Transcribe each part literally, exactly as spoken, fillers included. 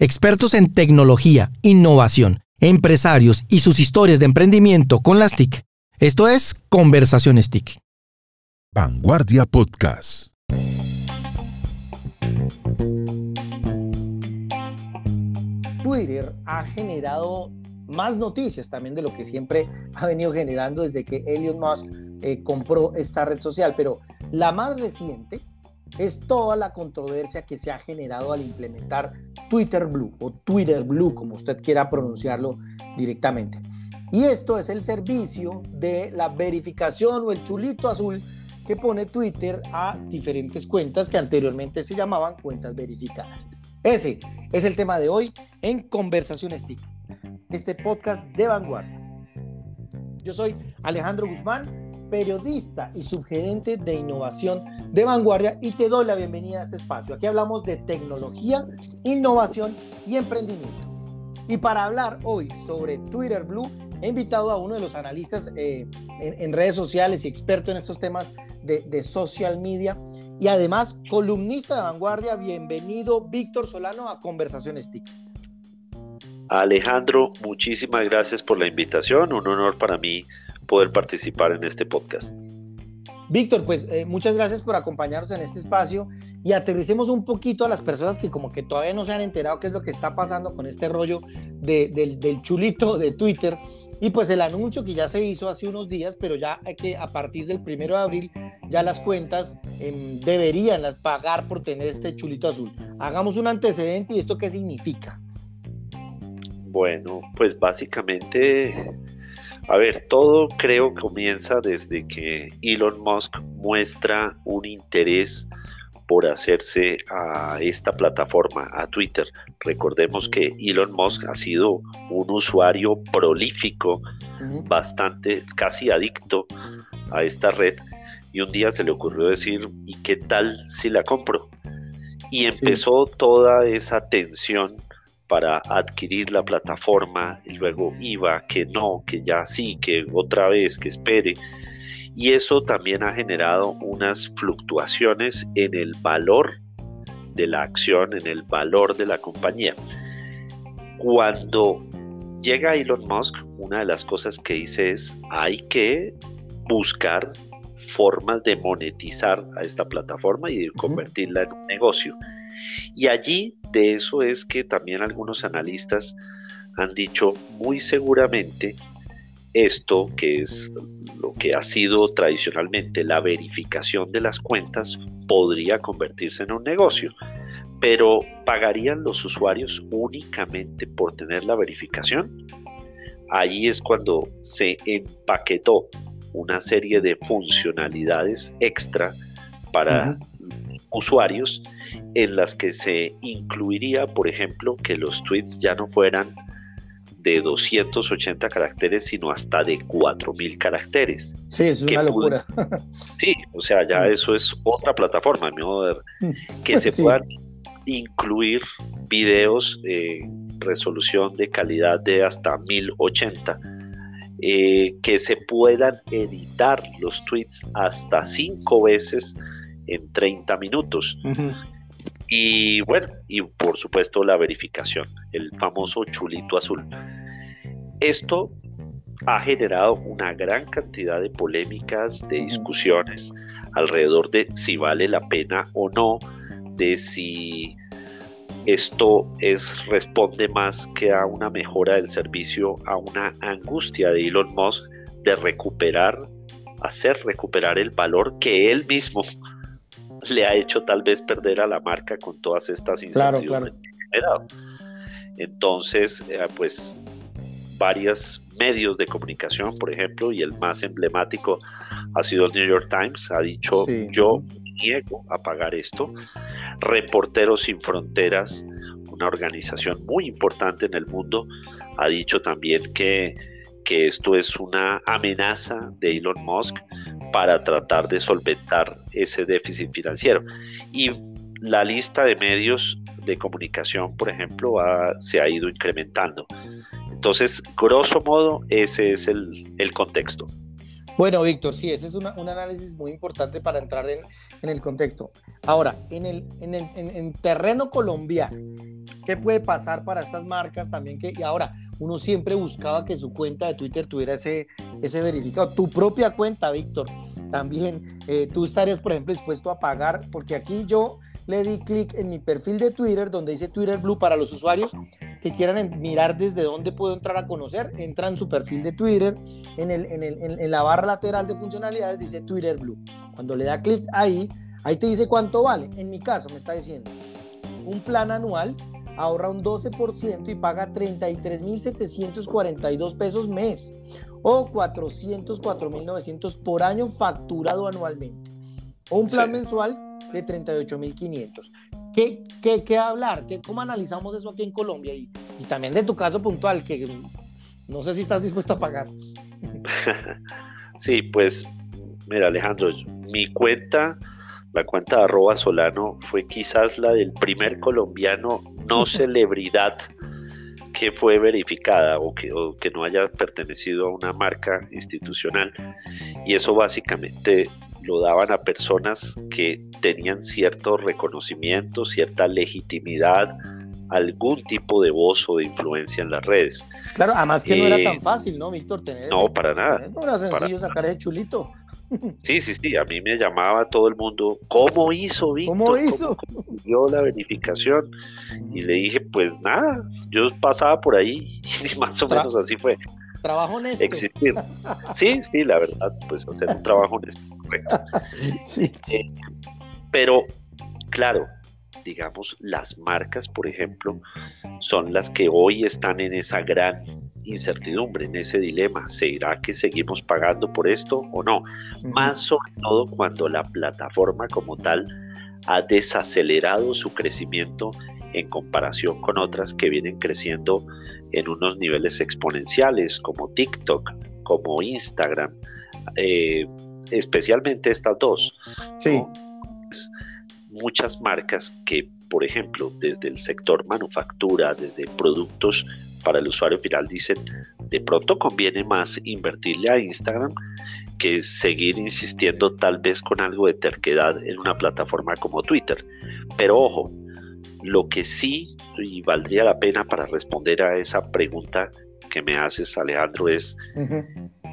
expertos en tecnología, innovación, empresarios y sus historias de emprendimiento con las T I C. Esto es Conversaciones T I C. Vanguardia Podcast. Twitter ha generado más noticias también de lo que siempre ha venido generando desde que Elon Musk eh, compró esta red social, pero la más reciente es toda la controversia que se ha generado al implementar Twitter Blue o Twitter Blue, como usted quiera pronunciarlo directamente. Y esto es el servicio de la verificación o el chulito azul que pone Twitter a diferentes cuentas que anteriormente se llamaban cuentas verificadas. Ese es el tema de hoy en Conversaciones T I C, este podcast de Vanguardia. Yo soy Alejandro Guzmán, periodista y subgerente de innovación de Vanguardia, y te doy la bienvenida a este espacio. Aquí hablamos de tecnología, innovación y emprendimiento. Y para hablar hoy sobre Twitter Blue, he invitado a uno de los analistas eh, en, en redes sociales y experto en estos temas de, de social media, y además columnista de Vanguardia. Bienvenido, Víctor Solano, a Conversaciones T I C. Alejandro, muchísimas gracias por la invitación. Un honor para mí poder participar en este podcast. Víctor, pues eh, muchas gracias por acompañarnos en este espacio, y aterricemos un poquito a las personas que como que todavía no se han enterado qué es lo que está pasando con este rollo de, del, del chulito de Twitter, y pues el anuncio que ya se hizo hace unos días, pero ya hay que a partir del primero de abril ya las cuentas eh, deberían pagar por tener este chulito azul. Hagamos un antecedente, y esto qué significa. Bueno, pues básicamente, a ver, todo creo comienza desde que Elon Musk muestra un interés por hacerse a esta plataforma, a Twitter. Recordemos que Elon Musk ha sido un usuario prolífico, uh-huh. bastante, casi adicto a esta red, y un día se le ocurrió decir, ¿y qué tal si la compro? Y empezó sí. toda esa tensión para adquirir la plataforma, y luego iba, que no, que ya sí, que otra vez, que espere. Y eso también ha generado unas fluctuaciones en el valor de la acción, en el valor de la compañía. Cuando llega Elon Musk, una de las cosas que dice es, hay que buscar formas de monetizar a esta plataforma y de convertirla en un negocio. Y allí de eso es que también algunos analistas han dicho muy seguramente esto, que es lo que ha sido tradicionalmente la verificación de las cuentas, podría convertirse en un negocio. Pero ¿pagarían los usuarios únicamente por tener la verificación? Ahí es cuando se empaquetó una serie de funcionalidades extra para uh-huh. usuarios, en las que se incluiría, por ejemplo, que los tweets ya no fueran de doscientos ochenta caracteres, sino hasta de cuatro mil caracteres. Sí, es una locura. Sí, o sea, ya eso es otra plataforma, mi modo de ver, que se sí. puedan incluir videos en eh, resolución de calidad de hasta mil ochenta, eh, que se puedan editar los tweets hasta cinco veces en treinta minutos. Uh-huh. Y bueno, y por supuesto la verificación, el famoso chulito azul. Esto ha generado una gran cantidad de polémicas, de discusiones alrededor de si vale la pena o no, de si esto es, responde más que a una mejora del servicio, a una angustia de Elon Musk de recuperar, hacer recuperar el valor que él mismo le ha hecho tal vez perder a la marca con todas estas incertidumbres claro, claro. que ha generado. Entonces, eh, pues varios medios de comunicación, por ejemplo, y el más emblemático ha sido el New York Times, ha dicho, sí. yo niego a pagar esto. Reporteros Sin Fronteras, una organización muy importante en el mundo, ha dicho también que, que esto es una amenaza de Elon Musk para tratar de solventar ese déficit financiero. Y la lista de medios de comunicación, por ejemplo, ha, se ha ido incrementando. Entonces, grosso modo, ese es el, el contexto. Bueno, Víctor, sí, ese es una, un análisis muy importante para entrar en, en el contexto. Ahora, en el en, el, en, en terreno colombiano, qué puede pasar para estas marcas también, que y ahora uno siempre buscaba que su cuenta de Twitter tuviera ese, ese verificado, tu propia cuenta, Víctor, también eh, tú estarías, por ejemplo, dispuesto a pagar, porque aquí yo le di clic en mi perfil de Twitter donde dice Twitter Blue para los usuarios que quieran en, mirar desde dónde puedo entrar a conocer, entra en su perfil de Twitter, en, el, en, el, en, en la barra lateral de funcionalidades dice Twitter Blue, cuando le da clic ahí, ahí te dice cuánto vale, en mi caso me está diciendo un plan anual, ahorra un doce por ciento y paga treinta y tres mil setecientos cuarenta y dos pesos mes o cuatrocientos cuatro mil novecientos por año facturado anualmente, o un plan sí. mensual de treinta y ocho mil quinientos. ¿Qué, qué, ¿Qué hablar? ¿Qué, ¿Cómo analizamos eso aquí en Colombia? Y, y también de tu caso puntual, que no sé si estás dispuesto a pagar. Sí, pues, mira, Alejandro, mi cuenta, la cuenta de arroba Solano, fue quizás la del primer colombiano no celebridad que fue verificada o que, o que no haya pertenecido a una marca institucional, y eso básicamente lo daban a personas que tenían cierto reconocimiento, cierta legitimidad, algún tipo de voz o de influencia en las redes. Claro, además que eh, no era tan fácil, ¿no, Víctor? Tener no, ese, para nada. No era sencillo para sacar ese chulito. Sí, sí, sí, a mí me llamaba todo el mundo, ¿cómo hizo Víctor? ¿Cómo hizo? ¿Cómo consiguió la verificación? Y le dije, pues nada, yo pasaba por ahí y más o Tra- menos así fue. Trabajo honesto. Existir. Sí, sí, la verdad, pues hacer un trabajo honesto, correcto. Sí. Eh, pero, claro, digamos, las marcas, por ejemplo, son las que hoy están en esa gran incertidumbre, en ese dilema. ¿Será que seguimos pagando por esto o no? Uh-huh. Más sobre todo cuando la plataforma como tal ha desacelerado su crecimiento en comparación con otras que vienen creciendo en unos niveles exponenciales, como TikTok, como Instagram, eh, especialmente estas dos. Sí. ¿no? Pues, muchas marcas que, por ejemplo, desde el sector manufactura, desde productos para el usuario final, dicen, de pronto conviene más invertirle a Instagram que seguir insistiendo tal vez con algo de terquedad en una plataforma como Twitter. Pero ojo, lo que sí, y valdría la pena para responder a esa pregunta que me haces, Alejandro, es uh-huh.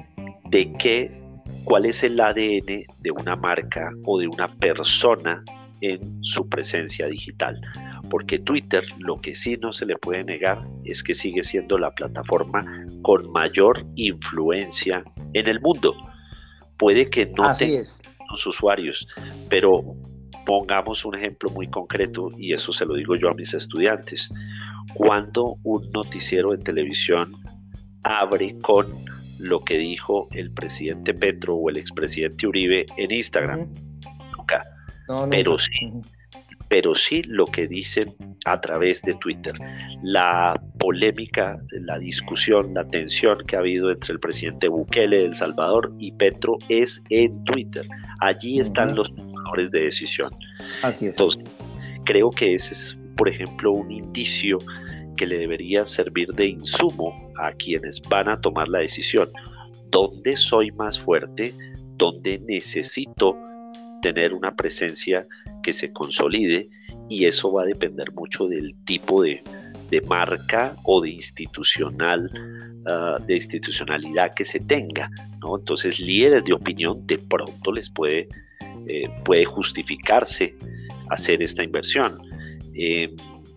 de qué, cuál es el A D N de una marca o de una persona en su presencia digital. Porque Twitter, lo que sí no se le puede negar es que sigue siendo la plataforma con mayor influencia en el mundo. Puede que no tenga los usuarios, pero pongamos un ejemplo muy concreto, y eso se lo digo yo a mis estudiantes. Cuando un noticiero de televisión abre con lo que dijo el presidente Petro o el expresidente Uribe en Instagram, uh-huh. nunca. No, nunca. Pero sí, uh-huh. pero sí lo que dicen a través de Twitter. La polémica, la discusión, la tensión que ha habido entre el presidente Bukele de El Salvador y Petro es en Twitter. Allí están uh-huh. los tomadores de decisión. Así es. Entonces, creo que ese es, por ejemplo, un indicio que le debería servir de insumo a quienes van a tomar la decisión. ¿Dónde soy más fuerte? ¿Dónde necesito tener una presencia que se consolide? Y eso va a depender mucho del tipo de, de marca o de institucional uh, de institucionalidad que se tenga, ¿no? Entonces, líderes de opinión de pronto les puede, eh, puede justificarse hacer esta inversión, eh,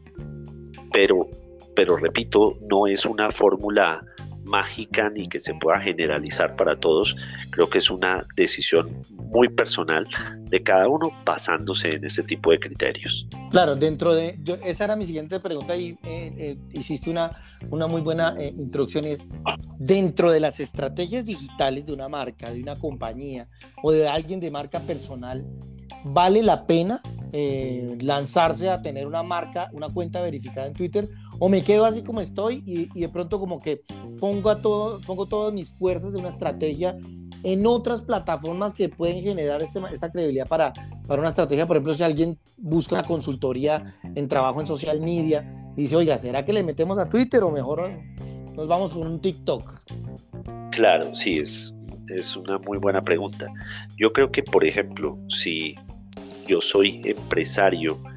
pero, pero repito, no es una fórmula mágica ni que se pueda generalizar para todos. Creo que es una decisión muy personal de cada uno basándose en ese tipo de criterios. Claro, dentro de, yo, esa era mi siguiente pregunta y eh, eh, hiciste una, una muy buena eh, introducción, y es, dentro de las estrategias digitales de una marca, de una compañía o de alguien de marca personal, ¿vale la pena eh, lanzarse a tener una marca, una cuenta verificada en Twitter? ¿O me quedo así como estoy y, y de pronto como que pongo, a todo, pongo todas mis fuerzas de una estrategia en otras plataformas que pueden generar este, esta credibilidad para, para una estrategia? Por ejemplo, si alguien busca una consultoría en trabajo en social media y dice, oiga, ¿será que le metemos a Twitter o mejor nos vamos con un TikTok? Claro, sí, es, es una muy buena pregunta. Yo creo que, por ejemplo, si yo soy empresario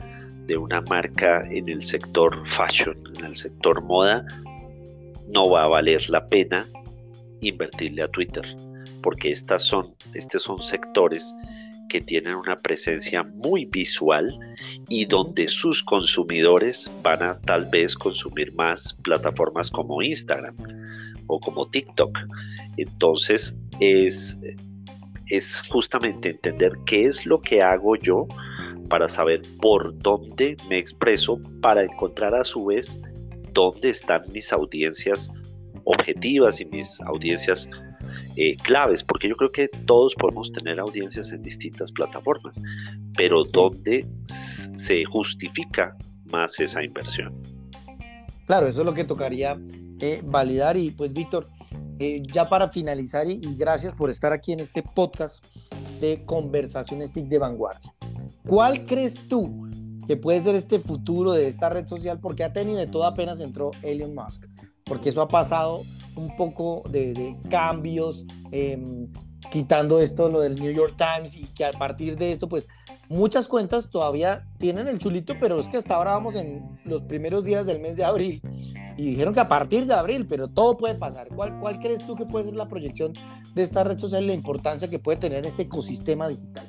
de una marca en el sector fashion, en el sector moda, no va a valer la pena invertirle a Twitter, porque estas son, estos son sectores que tienen una presencia muy visual y donde sus consumidores van a tal vez consumir más plataformas como Instagram o como TikTok. Entonces es, es justamente entender qué es lo que hago yo para saber por dónde me expreso, para encontrar a su vez dónde están mis audiencias objetivas y mis audiencias eh, claves, porque yo creo que todos podemos tener audiencias en distintas plataformas, pero dónde se justifica más esa inversión. Claro, eso es lo que tocaría eh, validar. Y pues Víctor, eh, ya para finalizar, y, y gracias por estar aquí en este podcast de Conversaciones TIC de Vanguardia. ¿Cuál crees tú que puede ser este futuro de esta red social? Porque ha tenido de todo, apenas entró Elon Musk, porque eso ha pasado un poco de, de cambios, eh, quitando esto, lo del New York Times, y que a partir de esto, pues muchas cuentas todavía tienen el chulito, pero es que hasta ahora vamos en los primeros días del mes de abril, y dijeron que a partir de abril, pero todo puede pasar. ¿Cuál, cuál crees tú que puede ser la proyección de esta red social y la importancia que puede tener este ecosistema digital?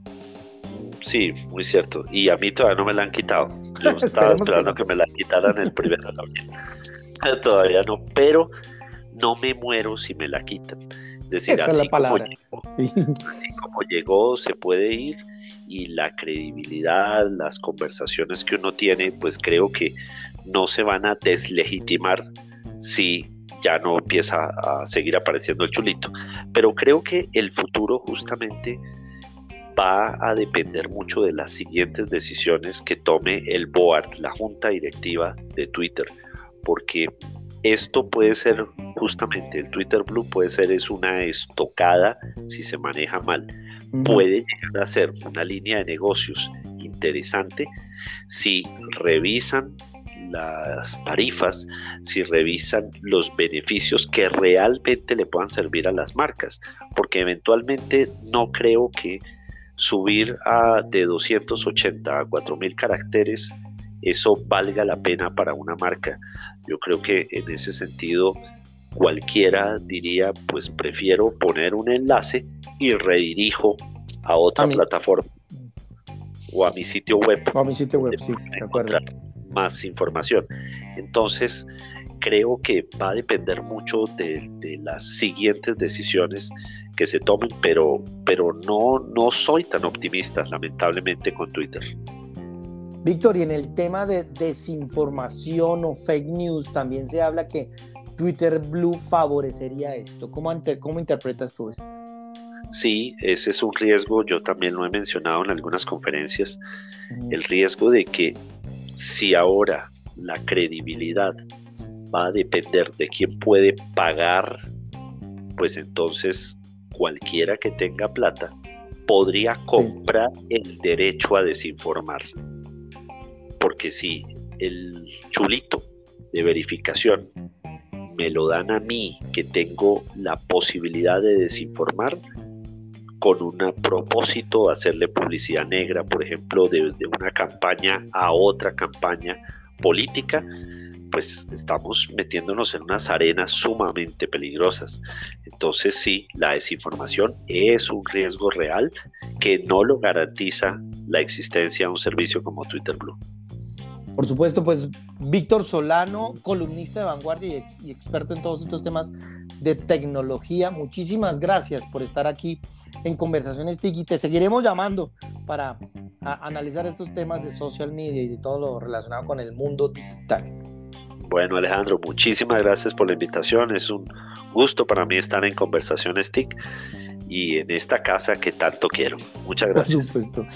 Sí, muy cierto. Y a mí todavía no me la han quitado. Yo estaba esperando que, no. que me la quitaran el primero de abril. Todavía no, pero no me muero si me la quitan. Es decir, Esa así, es la palabra. Como llegó, sí. así como llegó, se puede ir, y la credibilidad, las conversaciones que uno tiene, pues creo que no se van a deslegitimar si ya no empieza a seguir apareciendo el chulito. Pero creo que el futuro justamente va a depender mucho de las siguientes decisiones que tome el board, la junta directiva de Twitter, porque esto puede ser justamente, el Twitter Blue puede ser es una estocada si se maneja mal, uh-huh. Puede llegar a ser una línea de negocios interesante si revisan las tarifas, si revisan los beneficios que realmente le puedan servir a las marcas, porque eventualmente no creo que subir a de doscientos ochenta a cuatro mil caracteres eso valga la pena para una marca. Yo creo que en ese sentido cualquiera diría, pues prefiero poner un enlace y redirijo a otra a plataforma o a mi sitio web. O a mi sitio web, sí, de acuerdo. Más información. Entonces, creo que va a depender mucho de, de las siguientes decisiones que se tomen, pero, pero no, no soy tan optimista, lamentablemente, con Twitter. Víctor, y en el tema de desinformación o fake news, también se habla que Twitter Blue favorecería esto. ¿Cómo, cómo interpretas tú esto? Sí, ese es un riesgo, yo también lo he mencionado en algunas conferencias, uh-huh. El riesgo de que si ahora la credibilidad va a depender de quién puede pagar, pues entonces cualquiera que tenga plata podría comprar sí. el derecho a desinformar. Porque si el chulito de verificación me lo dan a mí, que tengo la posibilidad de desinformar, con un propósito, hacerle publicidad negra, por ejemplo, de, de una campaña a otra campaña política, pues estamos metiéndonos en unas arenas sumamente peligrosas. Entonces sí, la desinformación es un riesgo real que no lo garantiza la existencia de un servicio como Twitter Blue. Por supuesto, pues Víctor Solano, columnista de Vanguardia y, ex, y experto en todos estos temas de tecnología, muchísimas gracias por estar aquí en Conversaciones TIC, y te seguiremos llamando para a, analizar estos temas de social media y de todo lo relacionado con el mundo digital. Bueno, Alejandro, muchísimas gracias por la invitación. Es un gusto para mí estar en Conversaciones TIC y en esta casa que tanto quiero. Muchas gracias. Por supuesto.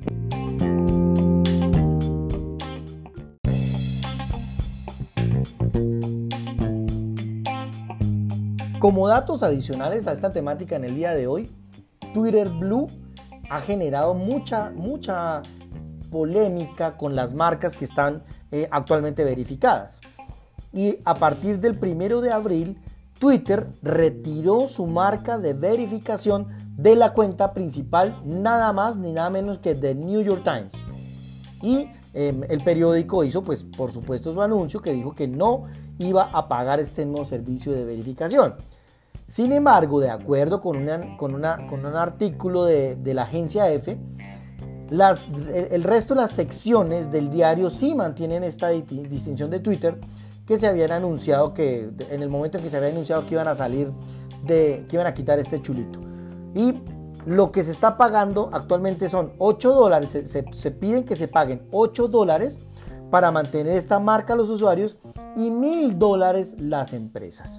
Como datos adicionales a esta temática en el día de hoy, Twitter Blue ha generado mucha, mucha polémica con las marcas que están eh, actualmente verificadas. Y a partir del primero de abril, Twitter retiró su marca de verificación de la cuenta principal, nada más ni nada menos que The New York Times. Y eh, el periódico hizo, pues, por supuesto, su anuncio que dijo que no iba a pagar este nuevo servicio de verificación. Sin embargo, de acuerdo con, una, con, una, con un artículo de, de la agencia EFE, las, el, el resto de las secciones del diario sí mantienen esta distinción de Twitter, que se habían anunciado que en el momento en que se había anunciado que iban a salir de, que iban a quitar este chulito. Y lo que se está pagando actualmente son ocho dólares, se, se, se piden que se paguen ocho dólares para mantener esta marca a los usuarios y mil dólares las empresas.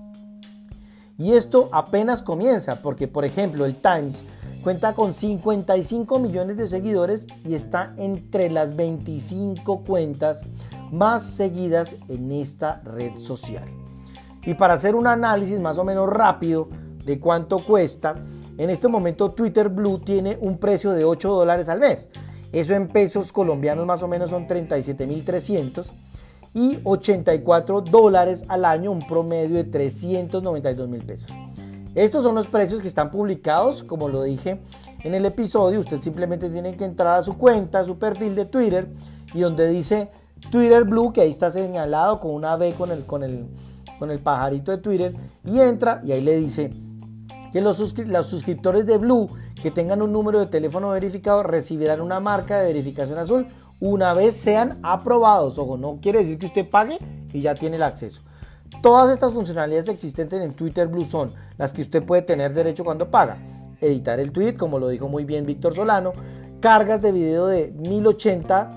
Y esto apenas comienza, porque por ejemplo el Times cuenta con cincuenta y cinco millones de seguidores y está entre las veinticinco cuentas más seguidas en esta red social. Y para hacer un análisis más o menos rápido de cuánto cuesta, en este momento Twitter Blue tiene un precio de ocho dólares al mes. Eso en pesos colombianos más o menos son treinta y siete mil trescientos y ochenta y cuatro dólares al año, un promedio de trescientos noventa y dos mil pesos. Estos son los precios que están publicados, como lo dije en el episodio. Usted simplemente tiene que entrar a su cuenta, a su perfil de Twitter, y donde dice Twitter Blue, que ahí está señalado con una B con el, con el, con el pajarito de Twitter, y entra y ahí le dice que los, suscri- los suscriptores de Blue que tengan un número de teléfono verificado recibirán una marca de verificación azul una vez sean aprobados. Ojo, no quiere decir que usted pague y ya tiene el acceso. Todas estas funcionalidades existentes en Twitter Blue son las que usted puede tener derecho cuando paga. Editar el tweet, como lo dijo muy bien Víctor Solano, cargas de video de mil ochenta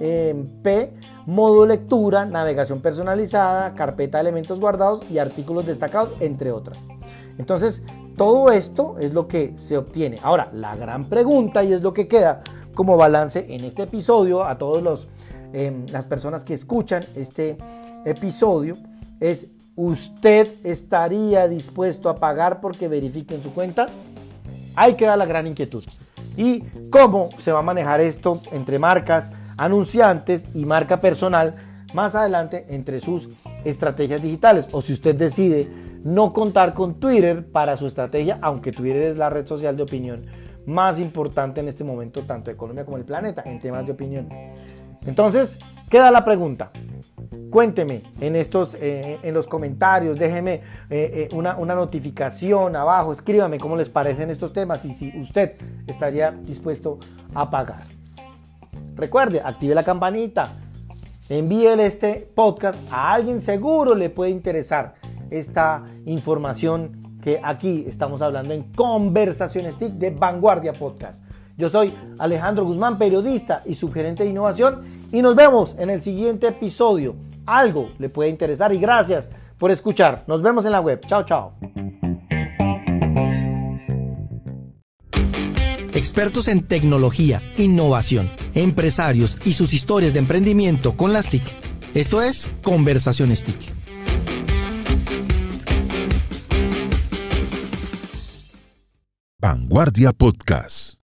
p, modo de lectura, navegación personalizada, carpeta de elementos guardados y artículos destacados, entre otras. Entonces, todo esto es lo que se obtiene. Ahora, la gran pregunta, y es lo que queda como balance en este episodio a todos los eh, las personas que escuchan este episodio, es: ¿usted estaría dispuesto a pagar porque verifiquen su cuenta? Ahí queda la gran inquietud. ¿Y cómo se va a manejar esto entre marcas, anunciantes y marca personal más adelante entre sus estrategias digitales? O si usted decide no contar con Twitter para su estrategia, aunque Twitter es la red social de opinión más importante en este momento, tanto de Colombia como del planeta, en temas de opinión. Entonces, queda la pregunta. Cuénteme en, estos, eh, en los comentarios, déjeme eh, eh, una, una notificación abajo, escríbame cómo les parecen estos temas y si usted estaría dispuesto a pagar. Recuerde, active la campanita, envíele este podcast a alguien, seguro le puede interesar esta información que aquí estamos hablando en Conversaciones TIC de Vanguardia Podcast. Yo soy Alejandro Guzmán, periodista y subgerente de innovación, y nos vemos en el siguiente episodio. Algo le puede interesar y gracias por escuchar. Nos vemos en la web. Chao, chao. Expertos en tecnología, innovación, empresarios y sus historias de emprendimiento con las T I C. Esto es Conversaciones T I C. Vanguardia Podcast.